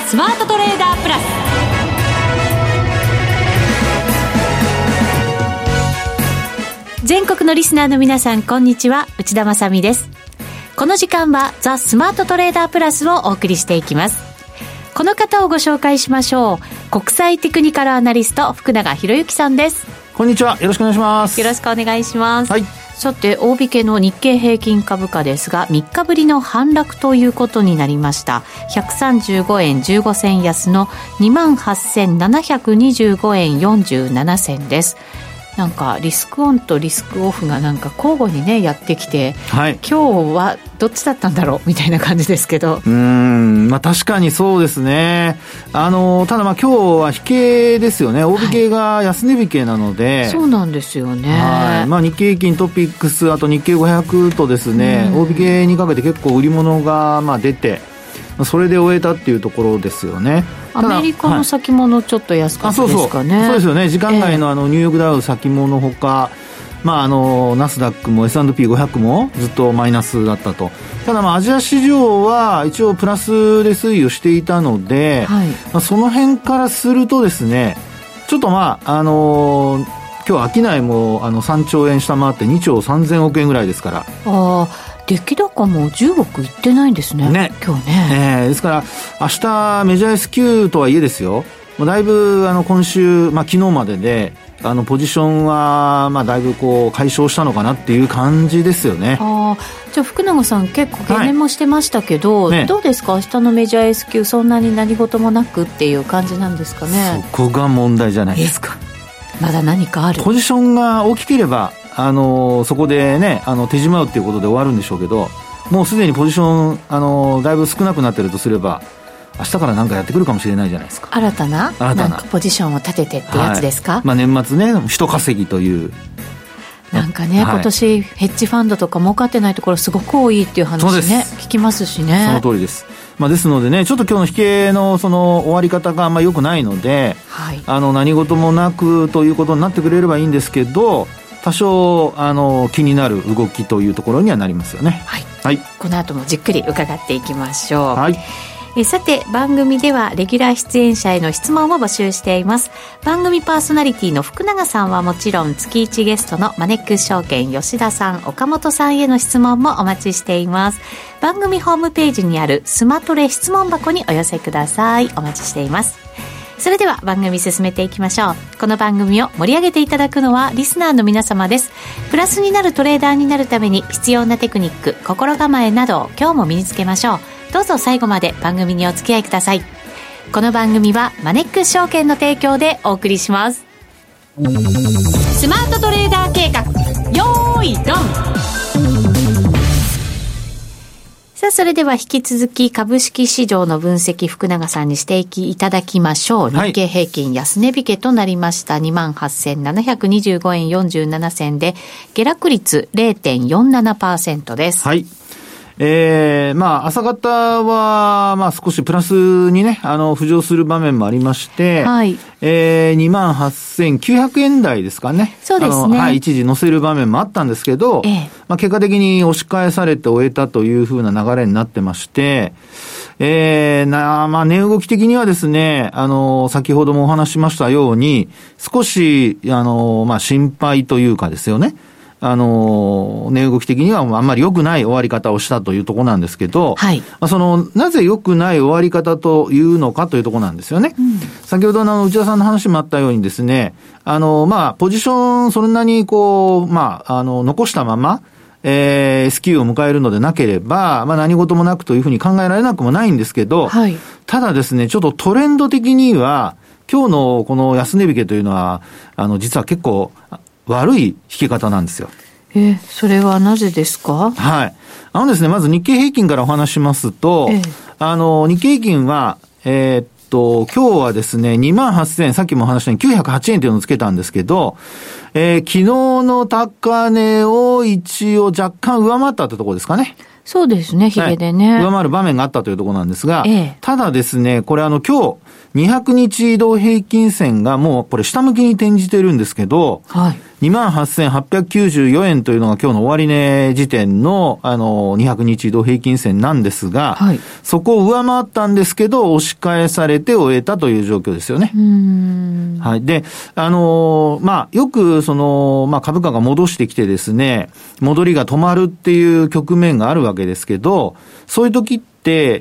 スマートトレーダープラス。全国のリスナーの皆さん、こんにちは、内田まさみです。この時間はザ・スマートトレーダープラスをお送りしていきます。この方をご紹介しましょう。国際テクニカルアナリスト、福永博之さんです。 こんにちは、よろしくお願いします。 よろしくお願いします。 はい。 さて、大引けの日経平均株価ですが、3日ぶりの反落ということになりました。135円15銭安の 28,725 円47銭です。なんかリスクオンとリスクオフがなんか交互にねやってきて、はい、今日はどっちだったんだろうみたいな感じですけど、 確かにそうですね。ただ今日は引けですよね。大引けが安値引けなので、 はい、そうなんですよね。 はい、日経平均トピックスあと日経500とですね、大引けにかけて結構売り物が出て、それで終えたっていうところですよね。 アメリカの先物ちょっと安かったですかね。 そうですよね。時間外のニューヨークダウ先物ほか、ナスダックも S&P500 もずっとマイナスだったと。ただアジア市場は一応プラスで推移をしていたので、はい、その辺からするとですね、ちょっと今日商いも3兆円下回って2兆3000億円ぐらいですから。 出来高も10億いってないんですね、今日ね。 ですから明日メジャー S q とはいえですよ、だいぶ今週、昨日まででポジションはだいぶ解消したのかなっていう感じですよね。 じゃあ福永さん結構懸念もしてましたけど、どうですか、明日のメジャー S q そんなに何事もなくっていう感じなんですかね。 そこが問題じゃないですか。 まだ何かある。 ポジションが大きければそこでね手締まうっていうことで終わるんでしょうけど、もうすでにポジションだいぶ少なくなってるとすれば、明日から何かやってくるかもしれないじゃないですか。 新たななんかポジションを立ててってやつですか。 はい、年末ね、人稼ぎというなんかね、今年ヘッジファンドとか儲かってないところすごく多いっていう話ね聞きますしね。 その通りです。ですのでね、ちょっと今日の引けのその終わり方があんま良くないので、はい、何事もなくということになってくれればいいんですけど、多少気になる動きというところにはなりますよね。 はい、はい、この後もじっくり伺っていきましょう。 はい。 さて、番組ではレギュラー出演者への質問を募集しています。番組パーソナリティの福永さんはもちろん、月1ゲストのマネックス証券吉田さん、岡本さんへの質問もお待ちしています。番組ホームページにあるスマトレ質問箱にお寄せください。お待ちしています。それでは番組進めていきましょう。この番組を盛り上げていただくのはリスナーの皆様です。プラスになるトレーダーになるために必要なテクニック、心構えなどを今日も身につけましょう。どうぞ最後まで番組にお付き合いください。この番組はマネックス証券の提供でお送りします。スマートトレーダー計画、よーいドン。さあ、それでは引き続き株式市場の分析、福永さんにしていただきましょう。日経平均安値引けとなりました。28,725 円47銭で下落率 0.47% です。 はい。朝方は、少しプラスにね、浮上する場面もありまして、はい。28,900 円台ですかね。 そうですね。 はい、一時乗せる場面もあったんですけど、結果的に押し返されて終えたという風な流れになってまして、値動き的にはですね、先ほどもお話しましたように、少し、心配というかですよね。値動き的にはあんまり良くない終わり方をしたというところなんですけど、はい。なぜ良くない終わり方というのかというところなんですよね。先ほど内田さんの話もあったようにですね、ポジションそんなに残したまま、S q を迎えるのでなければ、何事もなくというふうに考えられなくもないんですけど、はい。ただですね、ちょっとトレンド的には、今日のこの安値引けというのは、実は結構、悪い引き方なんですよ。 それはなぜですか？ はい。ですね、まず日経平均からお話しますと、日経平均は、今日はですね、28,000、さっきも話したように908円というのをつけたんですけど、 昨日の高値を一応若干上回ったってところですかね。 そうですね、ヒゲでね、 上回る場面があったというところなんですが、ただですね、これ今日、200日移動平均線がもうこれ下向きに転じてるんですけど、はい、28,894 円というのが今日の終値時点の200日移動平均線なんですが、はい、そこを上回ったんですけど、押し返されて終えたという状況ですよね。はい。で、よく株価が戻してきてですね、戻りが止まるっていう局面があるわけですけど、そういう時って、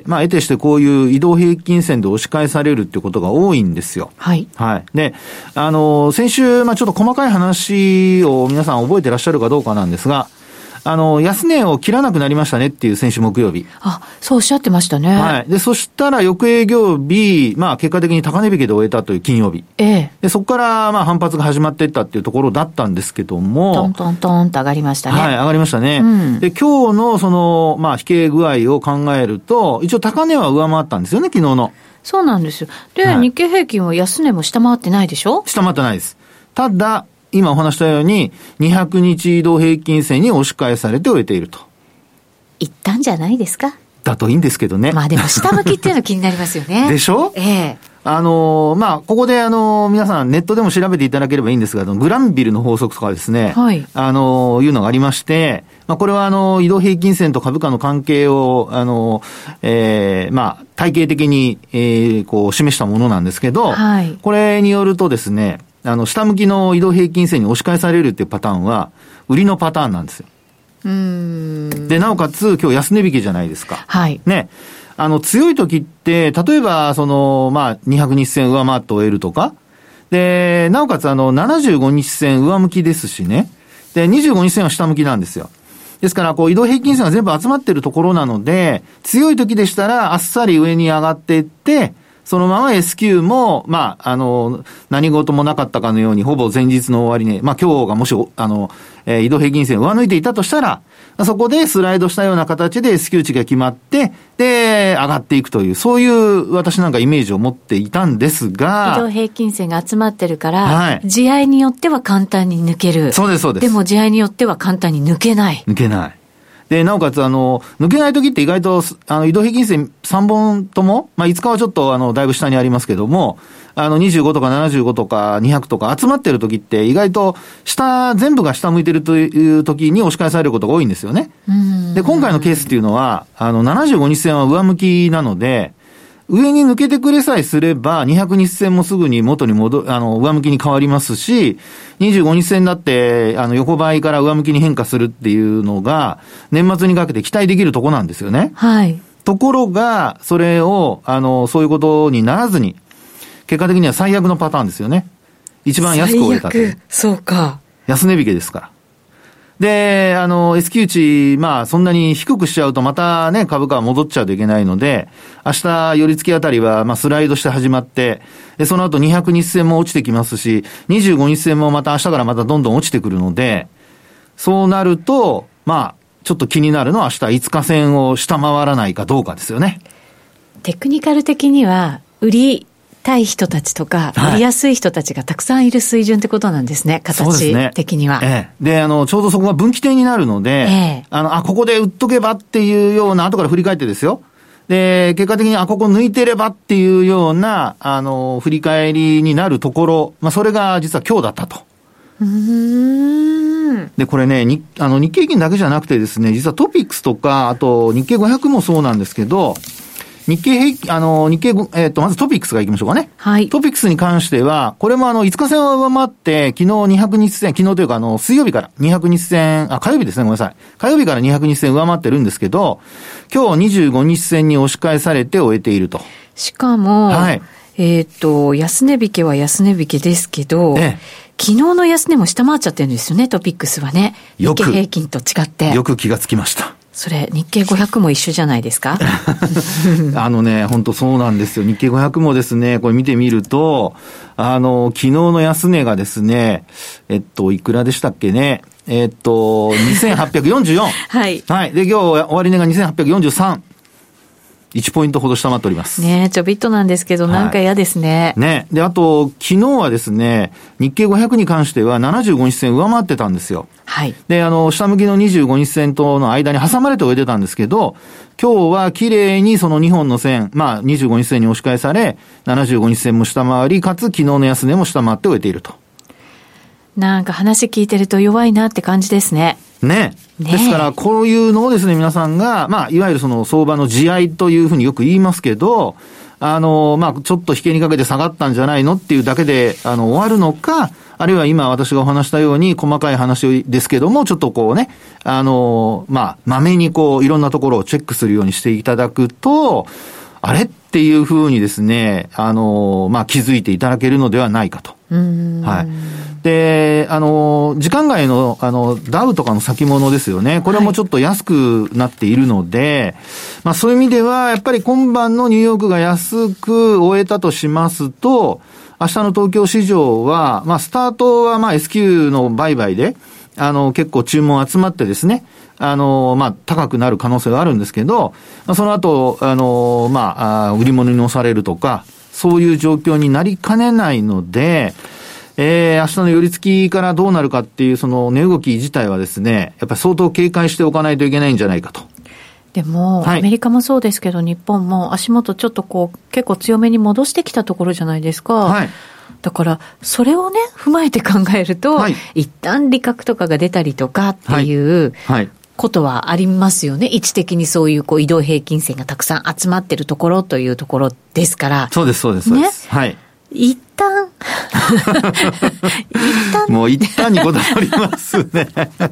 得てしてこういう移動平均線で押し返されるっていうことが多いんですよ。はい。はい。で、先週、ちょっと細かい話を皆さん覚えてらっしゃるかどうかなんですが、安値を切らなくなりましたねっていう先週木曜日。 そうおっしゃってましたね。 はい。で、そしたら翌営業日、結果的に高値引けで終えたという金曜日。で、そこから反発が始まっていったっていうところだったんですけども。 トントントンと上がりましたね。 はい、上がりましたね。で、今日の引け具合を考えると、一応高値は上回ったんですよね、昨日の。 そうなんですよ。で、日経平均は安値も下回ってないでしょ？ 下回ってないです。ただ、今お話したように、200日移動平均線に押し返されて終えていると。 いったんじゃないですか？ だといいんですけどね。 でも下向きっていうの気になりますよね。 でしょ？ここで皆さんネットでも調べていただければいいんですが、グランビルの法則とかですね、はい、いうのがありまして、これは移動平均線と株価の関係を、体系的に、示したものなんですけど、はい、これによるとですね、下向きの移動平均線に押し返されるっていうパターンは、売りのパターンなんですよ。で、なおかつ、今日安値引けじゃないですか。はい。ね。強い時って、例えば、200日線上回って終えるとか、で、なおかつ、75日線上向きですしね。で、25日線は下向きなんですよ。ですから、移動平均線が全部集まってるところなので、強い時でしたら、あっさり上に上がっていって、そのまま S q も、何事もなかったかのように、ほぼ前日の終値、今日がもし、移動平均線を上抜いていたとしたら、そこでスライドしたような形で S q 値が決まって、で、上がっていくという、そういう私なんかイメージを持っていたんですが。 移動平均線が集まってるから、はい、地合いによっては簡単に抜ける。 そうです、そうです。 でも地合いによっては簡単に抜けない。 抜けない。で、なおかつ、抜けないときって意外と、移動平均線3本とも、5日はちょっと、だいぶ下にありますけども、25とか75とか200とか集まってるときって意外と全部が下向いてるというときに押し返されることが多いんですよね。で、今回のケースっていうのは、75日線は上向きなので、上に抜けてくれさえすれば、200日線もすぐに元に上向きに変わりますし、25日線だって、横ばいから上向きに変化するっていうのが、年末にかけて期待できるとこなんですよね。はい。ところが、それを、そういうことにならずに、結果的には最悪のパターンですよね。一番安く終えたと。 そうか。 安値引けですから。で、S q 値、そんなに低くしちゃうとまたね、株価は戻っちゃうといけないので、明日、寄り付きあたりは、スライドして始まって、で、その後200日線も落ちてきますし、25日線もまた明日からまたどんどん落ちてくるので、そうなると、ちょっと気になるのは明日5日線を下回らないかどうかですよね。 テクニカル的には、売りたい人たちとか、売りやすい人たちがたくさんいる水準ってことなんですね、形的には。 で、ちょうどそこが分岐点になるので、ここで売っとけばっていうような、後から振り返ってですよ。で、結果的に、ここ抜いてればっていうような、振り返りになるところ、それが実は今日だったと。で、これね、日経平均だけじゃなくてですね、実はトピックスとか、あと日経500もそうなんですけど、まずトピックスが行きましょうかね。はい。トピックスに関しては、これも5日線を上回って、昨日200日線、昨日というか水曜日から200日線、火曜日ですね、ごめんなさい。火曜日から200日線上回ってるんですけど、今日25日線に押し返されて終えていると。 しかも、はい。安値引けは安値引けですけど、昨日の安値も下回っちゃってるんですよね、トピックスはね。日経平均と違って。 よく気がつきました。 それ、日経500も一緒じゃないですか本当そうなんですよ。日経500もですね、これ見てみると、昨日の安値がですね、いくらでしたっけね。2844。はい。はい。で、今日終値が2843。 1ポイントほど下回っております。 ねえ、ちょびっとなんですけど、なんか嫌ですね。 ね。で、あと、昨日はですね、日経500に関しては75日線上回ってたんですよ。 はい。 で、下向きの25日線との間に挟まれて終えてたんですけど、今日は綺麗にその2本の線、まあ25日線に押し返され、75日線も下回り、かつ昨日の安値も下回って終えていると。 なんか話聞いてると弱いなって感じですね。 ね。ですから、こういうのをですね、皆さんが、まあ、いわゆるその相場の地合いというふうによく言いますけど、まあ、ちょっと引けにかけて下がったんじゃないのっていうだけで、終わるのか、あるいは今私がお話したように、細かい話ですけども、ちょっとこうね、まあ、まめにこう、いろんなところをチェックするようにしていただくと、あれっていうふうにですね、まあ、気づいていただけるのではないかと。はい。で、時間外の、ダウとかの先物ですよね。これもちょっと安くなっているので、まあそういう意味では、やっぱり今晩のニューヨークが安く終えたとしますと、明日の東京市場は、まあスタートはまあ S q の売買で、結構注文集まってですね、まあ高くなる可能性があるんですけど、その後、売り物に押されるとか、そういう状況になりかねないので、明日の寄り付きからどうなるかっていうその値動き自体はですね、やっぱり相当警戒しておかないといけないんじゃないかと。 でも、はい、アメリカもそうですけど、日本も足元ちょっとこう結構強めに戻してきたところじゃないですか。はい。だからそれをね踏まえて考えると、はい、一旦利確とかが出たりとかっていう、はいはい、ことはありますよね。位置的にそういうこう移動平均線がたくさん集まってるところというところですから。 そうですそうですそうです。ね、はい。 一旦もう一旦にこだわりますね。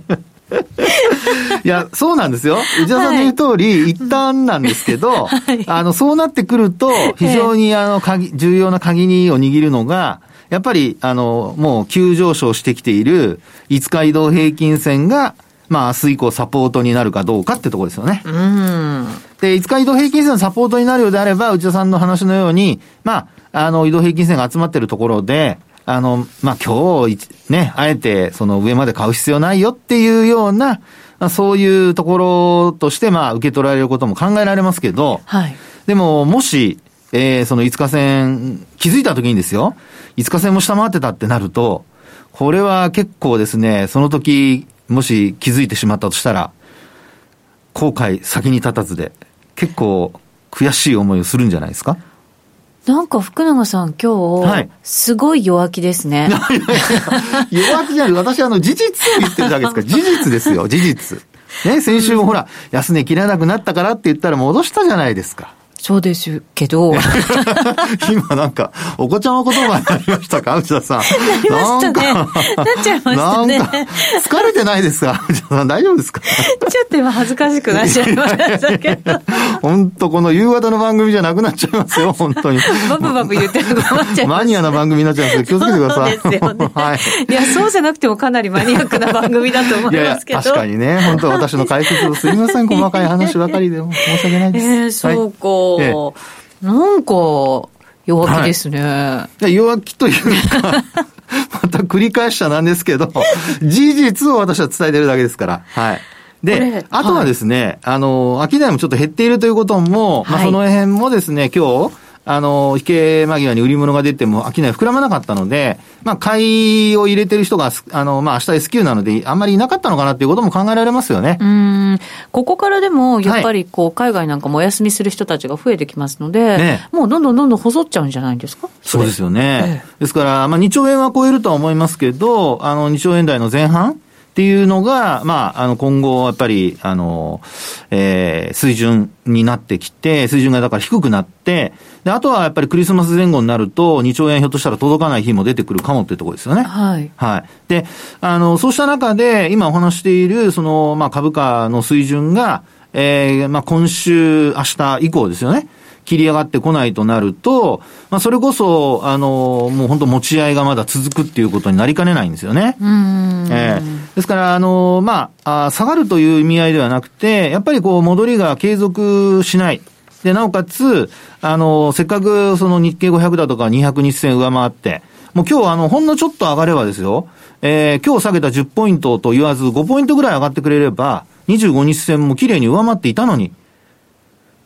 いや、そうなんですよ。内田さんの言う通り、はい、一旦なんですけど、はい、そうなってくると、非常に重要な鍵を握るのが、やっぱり、もう急上昇してきている5日移動平均線が、まあ、明日以降サポートになるかどうかってところですよね。で、5日移動平均線のサポートになるようであれば、内田さんの話のように、まあ、移動平均線が集まっているところで、まあ、今日、ね、あえて、その上まで買う必要ないよっていうような、そういうところとして、まあ、受け取られることも考えられますけど、はい。でも、もし、その5日線、気づいた時にですよ、5日線も下回ってたってなると、これは結構ですね、その時、もし気づいてしまったとしたら、後悔先に立たずで、結構悔しい思いをするんじゃないですか？ なんか福永さん今日、はい、すごい弱気ですね。 弱気じゃない。私事実を言ってるだけですから。事実ですよ、事実。ね、先週もほら、安値切らなくなったからって言ったら戻したじゃないですか。 そうですけど。 今なんか、お子ちゃま言葉になりましたか、内田さん。 なりましたね。なっちゃいましたね。 なんか、疲れてないですか、内田さん。大丈夫ですか？ ちょっと今恥ずかしくなっちゃいましたけど。 本当この夕方の番組じゃなくなっちゃいますよ、本当に。 バブバブ言ってるのが困っちゃいます。 マニアな番組になっちゃいますけど、気をつけてください。 そうですよね。はい。いや、そうじゃなくてもかなりマニアックな番組だと思いますけど。いや確かにね、本当私の解説をすみません、細かい話ばかりでも申し訳ないです。 そうか。はいなんか弱気ですね。 はい、弱気というかまた繰り返しちゃなんですけど事実を私は伝えてるだけですから。はい。で、あとはですね、商いもちょっと減っているということも、はい、まあその辺もですね、今日引け間際に売り物が出ても商い膨らまなかったので、まあ買いを入れてる人がまあ明日 S q なのであんまりいなかったのかなっていうことも考えられますよね。 ここからでもやっぱりこう海外なんかもお休みする人たちが増えてきますので、ね、もうどんどん細っちゃうんじゃないですか。 そうですよね。ですからまあ2兆円は超えるとは思いますけど、2兆円台の前半っていうのが、まあ、今後、やっぱり、水準になってきて、水準がだから低くなって、で、あとはやっぱりクリスマス前後になると、2兆円ひょっとしたら届かない日も出てくるかもっていうところですよね。はい。はい。で、そうした中で、今お話している、まあ、株価の水準が、まあ、今週、明日以降ですよね。切り上がってこないとなると、まあ、それこそ、もう本当持ち合いがまだ続くっていうことになりかねないんですよね。ですから、まあ、下がるという意味合いではなくて、やっぱりこう、戻りが継続しない。で、なおかつ、せっかくその日経500だとか200日線上回って、もう今日ほんのちょっと上がればですよ、今日下げた10ポイントと言わず5ポイントぐらい上がってくれれば、25日線も綺麗に上回っていたのに、っ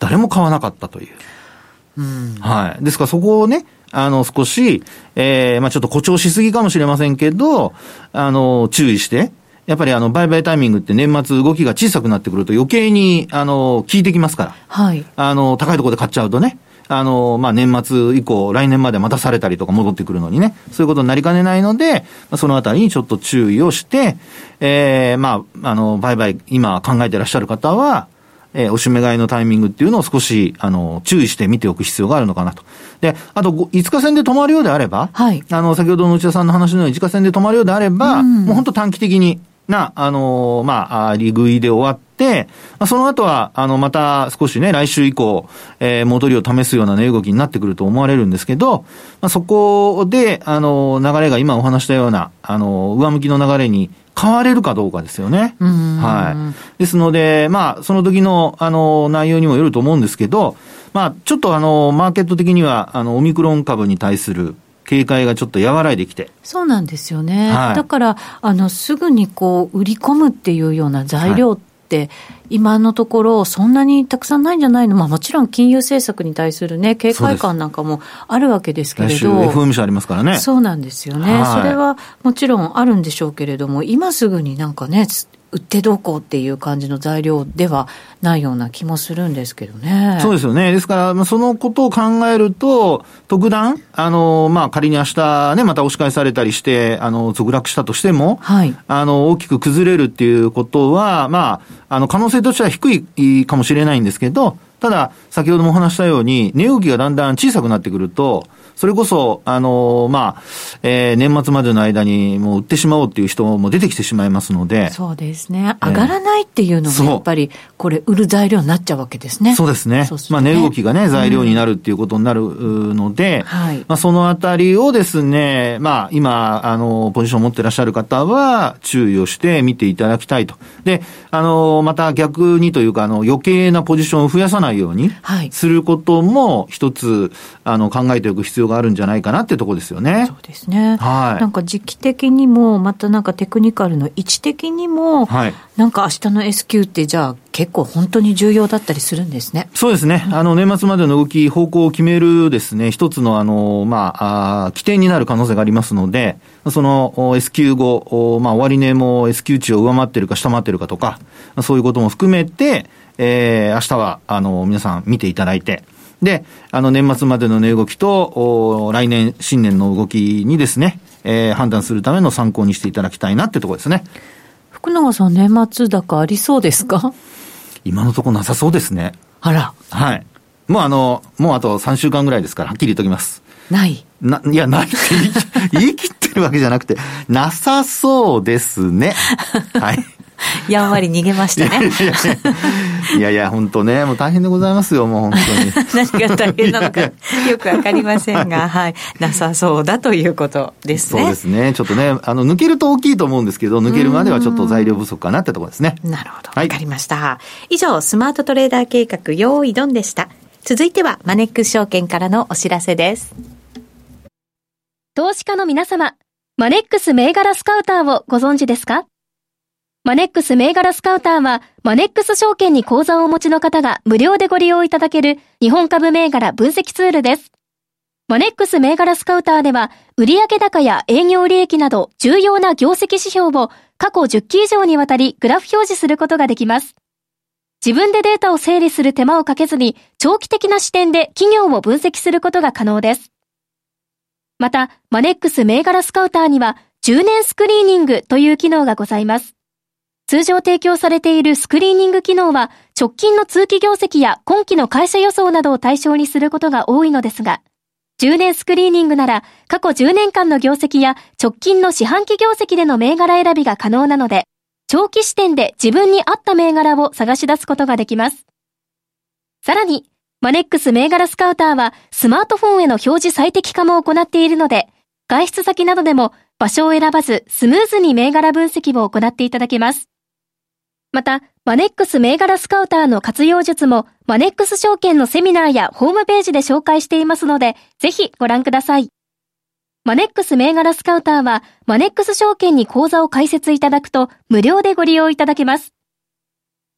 誰も買わなかったという。はい。ですからそこをね、少し、ちょっと誇張しすぎかもしれませんけど、注意して、やっぱり売買タイミングって年末動きが小さくなってくると余計に、効いてきますから。はい。高いところで買っちゃうとね、年末以降、来年まで待たされたりとか戻ってくるのにね、そういうことになりかねないので、そのあたりにちょっと注意をして、売買今考えていらっしゃる方は、おしめ買いのタイミングっていうのを少し、注意して見ておく必要があるのかなと。で、あと、5日線で止まるようであれば、はい。先ほどの内田さんの話のように5日線で止まるようであれば、もう本当短期的に利食いで終わって、その後は、また少しね、来週以降、戻りを試すような値動きになってくると思われるんですけど、そこで、流れが今お話したような、上向きの流れに変われるかどうかですよね。はい。ですので、その時の、内容にもよると思うんですけど、ちょっとマーケット的には、オミクロン株に対する警戒がちょっと和らいできて。そうなんですよね。はい、だから、すぐに売り込むっていうような材料って、はい、今のところそんなにたくさんないんじゃないの。もちろん金融政策に対するね、警戒感なんかもあるわけですけれど。来週 FOMC ありますからね。そうなんですよね。はい、それはもちろんあるんでしょうけれども、今すぐになんかね、売ってどうこうっていう感じの材料ではないような気もするんですけどね。そうですよね。ですから、そのことを考えると、特段、仮に明日ね、また押し返されたりして、続落したとしても、はい。大きく崩れるっていうことは、可能性としては低いかもしれないんですけど、ただ、先ほどもお話したように、値動きがだんだん小さくなってくると、それこそ、年末までの間にもう売ってしまおうっていう人も出てきてしまいますので。そうですね。上がらないっていうのもやっぱり、これ売る材料になっちゃうわけですね。そうですね。値動きがね、材料になるっていうことになるので、はい。そのあたりをですね、今、ポジションを持ってらっしゃる方は、注意をして見ていただきたいと。で、また逆にというか、余計なポジションを増やさないようにすることも一つ、考えておく必要があるんじゃないかなっていうところですよね。そうですね。はい。なんか時期的にも、またなんかテクニカルの位置的にも、はい。なんか明日の S q ってじゃあ結構本当に重要だったりするんですね。そうですね。年末までの動き、方向を決めるですね、一つの起点になる可能性がありますので、その S q 後、終値も S q 値を上回ってるか下回ってるかとか、そういうことも含めて、明日は、皆さん見ていただいて、で、年末までの値動きと、来年、新年の動きにですね、判断するための参考にしていただきたいなってところですね。福永さん、年末高ありそうですか？今のところなさそうですね。あら。はい。もうあと3週間ぐらいですから、はっきり言っときます。ない。いや、ないって言い切ってるわけじゃなくて、なさそうですね。はい。やんわり逃げましたね。いや、本当ね、もう大変でございますよ、もう本当に。何が大変なのかよくわかりませんが、はい、なさそうだということですね。そうですね、ちょっとね、抜けると大きいと思うんですけど、抜けるまではちょっと材料不足かなってところですね。なるほど、わかりました。はい、以上、スマートトレーダー計画、用意ドンでした。続いては、マネックス証券からのお知らせです。投資家の皆様、マネックス銘柄スカウターをご存知ですか？マネックス銘柄スカウターは、マネックス証券に口座をお持ちの方が無料でご利用いただける日本株銘柄分析ツールです。マネックス銘柄スカウターでは、売上高や営業利益など重要な業績指標を過去10期以上にわたりグラフ表示することができます。自分でデータを整理する手間をかけずに、長期的な視点で企業を分析することが可能です。また、マネックス銘柄スカウターには、10年スクリーニングという機能がございます。通常提供されているスクリーニング機能は直近の通期業績や今期の会社予想などを対象にすることが多いのですが、10年スクリーニングなら過去10年間の業績や直近の四半期業績での銘柄選びが可能なので、長期視点で自分に合った銘柄を探し出すことができます。さらに、マネックス銘柄スカウターはスマートフォンへの表示最適化も行っているので、外出先などでも場所を選ばずスムーズに銘柄分析を行っていただけます。また、マネックス銘柄スカウターの活用術も、マネックス証券のセミナーやホームページで紹介していますので、ぜひご覧ください。マネックス銘柄スカウターは、マネックス証券に口座を開設いただくと、無料でご利用いただけます。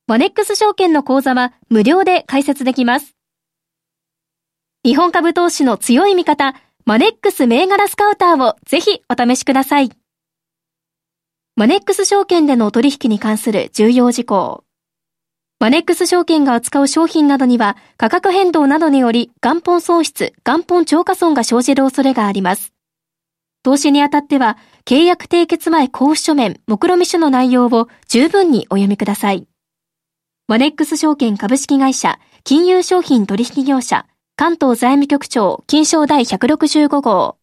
マネックス証券の口座は無料で開設できます。日本株投資の強い味方、マネックス銘柄スカウターをぜひお試しください。マネックス証券での取引に関する重要事項。マネックス証券が扱う商品などには価格変動などにより元本損失、元本超過損が生じる恐れがあります。投資にあたっては契約締結前交付書面、目論見書の内容を十分にお読みください。マネックス証券株式会社、金融商品取引業者、関東財務局長、金商第165号。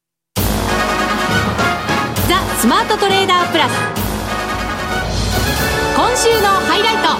ザ・スマートトレーダープラス。今週のハイライト。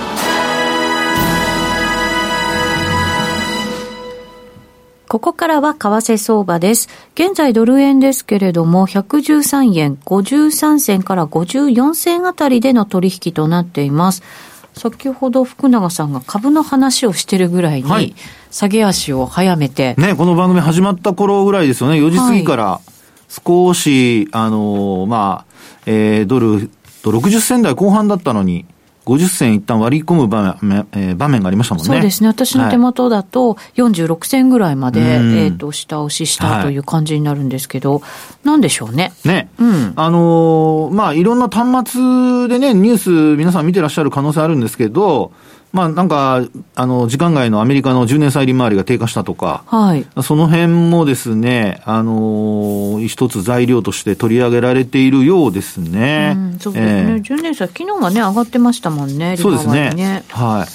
ここからは為替相場です。現在ドル円ですけれども、113円53銭から54銭あたりでの取引となっています。先ほど福永さんが株の話をしてるぐらいに、下げ足を早めて、 ね、この番組始まった頃ぐらいですよね。4時過ぎから少し、ドルと60銭台後半だったのに、50銭一旦割り込む場面がありましたもんね。 そうですね。私の手元だと46銭ぐらいまで、下押ししたという感じになるんですけど、なんでしょうね。 ね。いろんな端末でね、ニュース皆さん見てらっしゃる可能性あるんですけど、時間外のアメリカの10年債利回りが低下したとか、その辺もですね、一つ材料として取り上げられているようですね。 そうですね。10年債、昨日はね、上がってましたもんね、 そうですね。はい。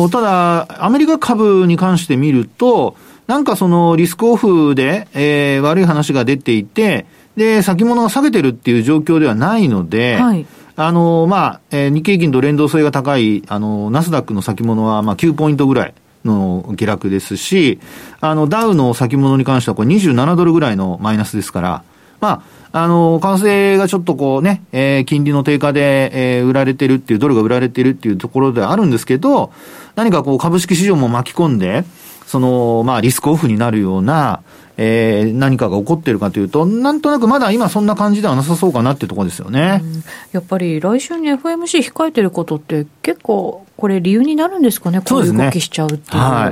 ただ、アメリカ株に関して見ると、そのリスクオフで、悪い話が出ていて、で、先物が下げてるっていう状況ではないので、日経平均と連動性が高い、ナスダックの先物は、9ポイントぐらいの下落ですし、ダウの先物に関しては、これ27ドルぐらいのマイナスですから、為替がちょっと金利の低下で、売られてるっていう、ドルが売られてるっていうところではあるんですけど、何か株式市場も巻き込んで、リスクオフになるような、何かが起こっているかというと、なんとなくまだ今そんな感じではなさそうかなっていうところですよね。 やっぱり来週に FOMC 控えてることって結構これ理由になるんですかね、こういう動きしちゃうっていう。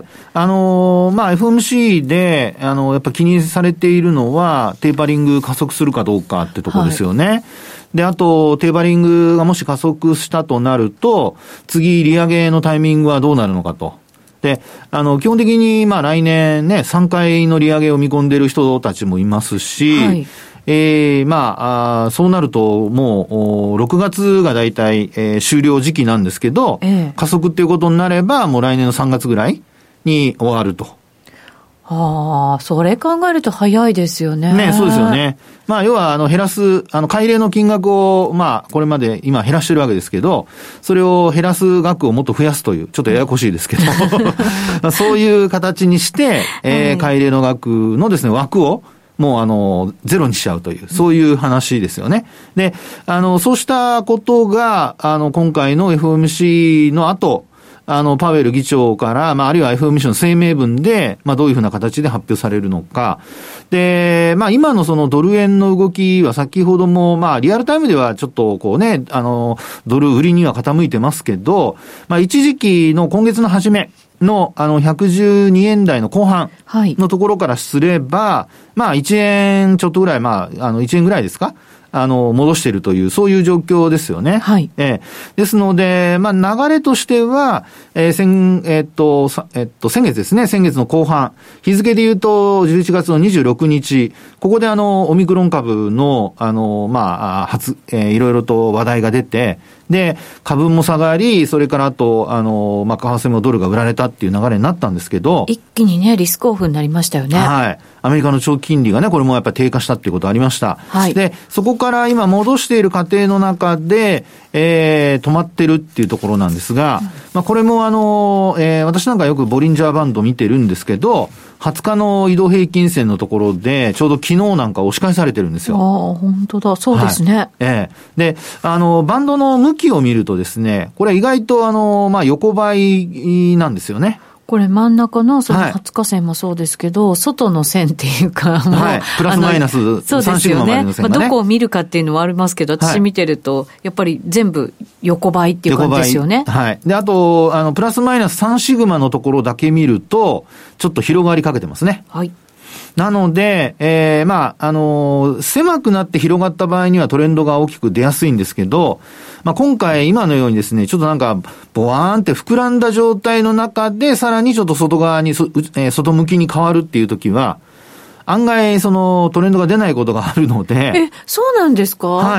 FOMC で、やっぱ気にされているのは、テーパリング加速するかどうかってところですよね。で、あと、テーパリングがもし加速したとなると、次、利上げのタイミングはどうなるのかと。で、基本的に、来年ね、3回の利上げを見込んでいる人たちもいますし、そうなると、もう、6月がだいたい、終了時期なんですけど、加速っていうことになれば、もう来年の3月ぐらいに終わると。 それ考えると早いですよね。 ね、そうですよね。要は、減らす、買い入れの金額を、これまで今減らしてるわけですけど、それを減らす額をもっと増やすという、ちょっとややこしいですけど、そういう形にして、買い入れの額のですね、枠を、もうゼロにしちゃうという、そういう話ですよね。で、そうしたことが、今回の FOMC の後、パウエル議長から、あるいは FOMC の声明文で、どういうふうな形で発表されるのか。で、今のそのドル円の動きは先ほども、リアルタイムではちょっとドル売りには傾いてますけど、一時期の今月の初めの、112円台の後半のところからすれば、1円ちょっとぐらい、1円ぐらいですか？戻しているという、そういう状況ですよね。ですので、流れとしては、先月ですね、先月の後半、日付で言うと、11月の26日、ここでオミクロン株の、いろいろと話題が出て、で、株も下がり、それからあと、為替もドルが売られたっていう流れになったんですけど、 一気にね、リスクオフになりましたよね。 アメリカの長期金利がね、これもやっぱり低下したっていうことありました。で、そこから今戻している過程の中で、止まってるっていうところなんですが、これも私なんかよくボリンジャーバンド見てるんですけど、20日の移動平均線のところで、ちょうど昨日なんか押し返されてるんですよ。 本当だ。そうですね。 で、バンドの向きを見るとですね、これ意外と横ばいなんですよね。 これ真ん中のその20日線もそうですけど、外の線っていうか、 はい、プラスマイナス3シグマまでの線がね、 どこを見るかっていうのはありますけど、私見てると、やっぱり全部横ばいっていう感じですよね。 はい。で、あと、プラスマイナス3シグマのところだけ見ると、ちょっと広がりかけてますね。 はい。 なので、狭くなって広がった場合にはトレンドが大きく出やすいんですけど、今回今のようにですね、ちょっとなんか、ボワーンって膨らんだ状態の中で、さらにちょっと外側に、外向きに変わるっていう時は、案外、そのトレンドが出ないことがあるので。 そうなんですか？ はい。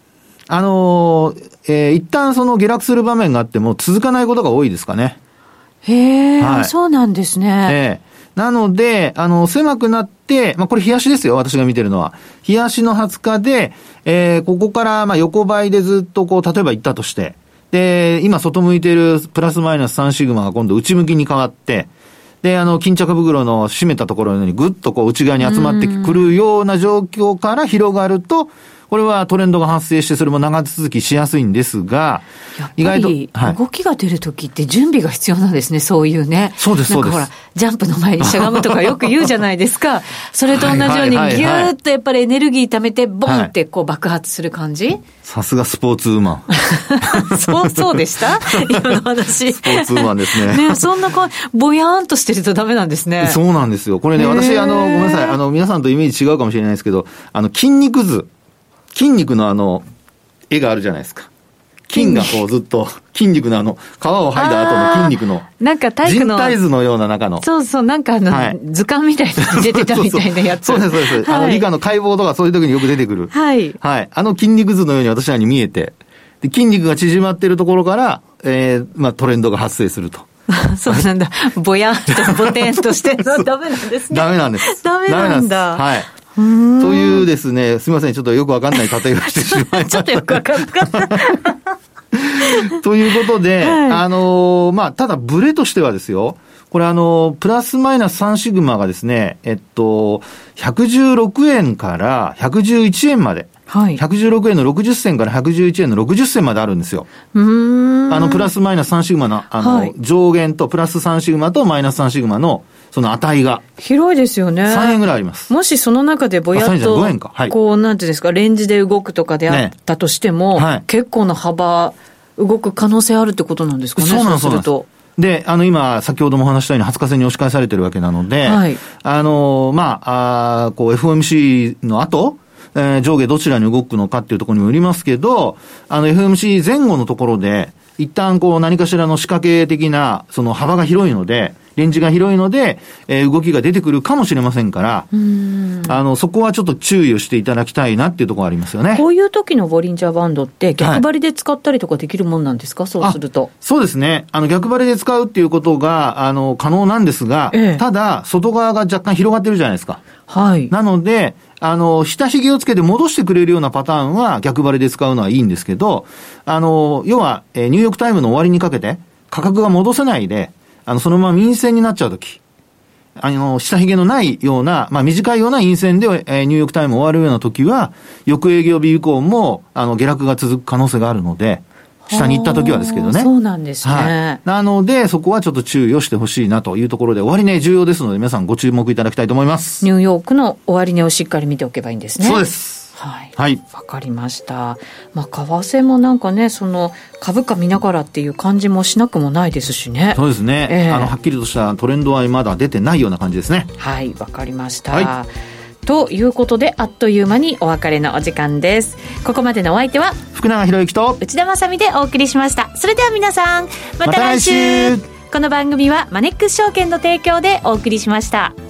一旦その下落する場面があっても続かないことが多いですかね。 へえ、はい、そうなんですね。 なので、狭くなって、これ冷やしですよ、私が見てるのは。冷やしの20日で、ここから、横ばいでずっとこう、例えば行ったとして、で、今外向いているプラスマイナス3シグマが今度内向きに変わって、で、巾着袋の締めたところにぐっとこう内側に集まってくるような状況から広がると、これはトレンドが発生してそれも長続きしやすいんですが、 意外と動きが出るときって準備が必要なんですね、そういうね。 そうです、そうです。 なんかほら、ジャンプの前にしゃがむとかよく言うじゃないですか。それと同じようにギューッとやっぱりエネルギー溜めてボンってこう爆発する感じ？ さすがスポーツウーマン。 そうでした今の話。 スポーツウーマンですね。 ね、そんなぼやーんとしてるとダメなんですね。 そうなんですよ。これね、私ごめんなさい。皆さんとイメージ違うかもしれないですけど、筋肉図。筋肉の絵があるじゃないですか。筋がこうずっと、筋肉の皮を剥いだ後の筋肉の、 なんか体育の人体図のような中の。 そう、なんか図鑑みたいなの出てたみたいなやつ。 そうです。理科の解剖とかそういう時によく出てくる。 はい。 はい。筋肉図のように私らに見えて、で、筋肉が縮まっているところから、トレンドが発生すると。 そうなんだ。ぼやっと、ぼてんとしてるのはダメなんですね。 ダメなんです。 ダメなんだ。 はい。というですね、すみません、ちょっとよくわかんない例えをしてしまいました。 ちょっとよくわかんなかった。 ということで、はい、ただブレとしてはですよ、これプラスマイナス3シグマがですね、116円から111円まで。はい。116円の60銭から111円の60銭まであるんですよ。プラスマイナス3シグマの、はい、上限とプラス3シグマとマイナス3シグマのその値が。 広いですよね。 3円ぐらいあります。 もしその中でぼやっと、はい、こう、なんていうんですか、レンジで動くとかであったとしても、ね、はい、結構な幅、動く可能性あるってことなんですかね。そうすると。 で、今、先ほどもお話したように20日線に押し返されてるわけなので、はい、FOMC の後、上下どちらに動くのかっていうところにもよりますけど、FOMC 前後のところで、一旦こう何かしらの仕掛け的な、その幅が広いので、レンジが広いので、動きが出てくるかもしれませんから、そこはちょっと注意をしていただきたいなっていうところがありますよね。 こういう時のボリンジャーバンドって逆張りで使ったりとかできるもんなんですか、はい、そうすると。 そうですね。逆張りで使うっていうことが、可能なんですが、ただ、外側が若干広がってるじゃないですか。はい。なので、下髭をつけて戻してくれるようなパターンは逆張りで使うのはいいんですけど、要は、ニューヨークタイムの終わりにかけて価格が戻せないで、そのまま陰線になっちゃうとき、下髭のないような、短いような陰線で、ニューヨークタイム終わるようなときは、翌営業日以降も、下落が続く可能性があるので、下に行ったときはですけどね。 そうなんですね。 はい。なので、そこはちょっと注意をしてほしいなというところで、終値重要ですので、皆さんご注目いただきたいと思います。 ニューヨークの終値をしっかり見ておけばいいんですね。 そうです。 はい。はい。わかりました。為替もなんかね、株価見ながらっていう感じもしなくもないですしね。 そうですね。はっきりとしたトレンドはまだ出てないような感じですね。 はい。わかりました。はい。ということで、あっという間にお別れのお時間です。ここまでのお相手は福永博之と内田まさみでお送りしました。それでは皆さん、また来週。この番組はマネックス証券の提供でお送りしました。